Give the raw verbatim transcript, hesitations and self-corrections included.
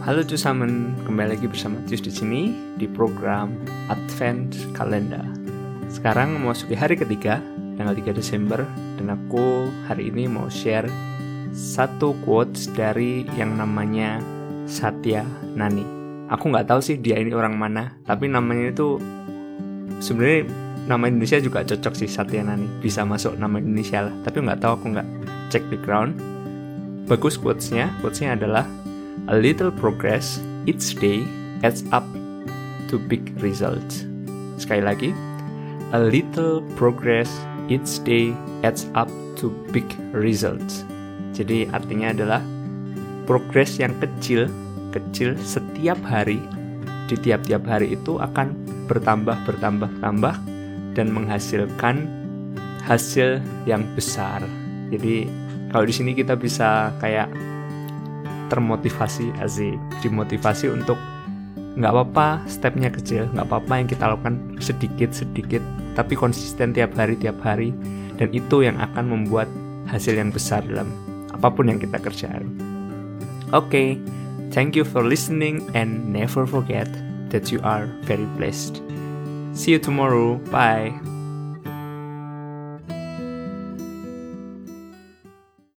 Halo Cusamen, kembali lagi bersama Cus di sini di program Advent Calendar. Sekarang memasuki hari ketiga, tanggal tiga Desember, dan aku hari ini mau share satu quotes dari yang namanya Satya Nani. Aku nggak tahu sih dia ini orang mana, tapi namanya itu sebenarnya nama Indonesia juga cocok sih, Satya Nani. Bisa masuk nama Indonesia lah, tapi nggak tahu, aku nggak cek background. Bagus quotesnya, quotesnya adalah a little progress each day adds up to big results. Sekali lagi, a little progress each day adds up to big results. Jadi artinya adalah progres yang kecil, kecil setiap hari, di tiap-tiap hari itu akan bertambah, bertambah, bertambah, dan menghasilkan hasil yang besar. Jadi kalau di sini kita bisa kayak termotivasi, asik, dimotivasi untuk nggak apa-apa stepnya kecil, nggak apa-apa yang kita lakukan sedikit-sedikit, tapi konsisten tiap hari tiap hari, dan itu yang akan membuat hasil yang besar dalam apapun yang kita kerjakan. Oke, okay, thank you for listening and never forget that you are very blessed. See you tomorrow. Bye.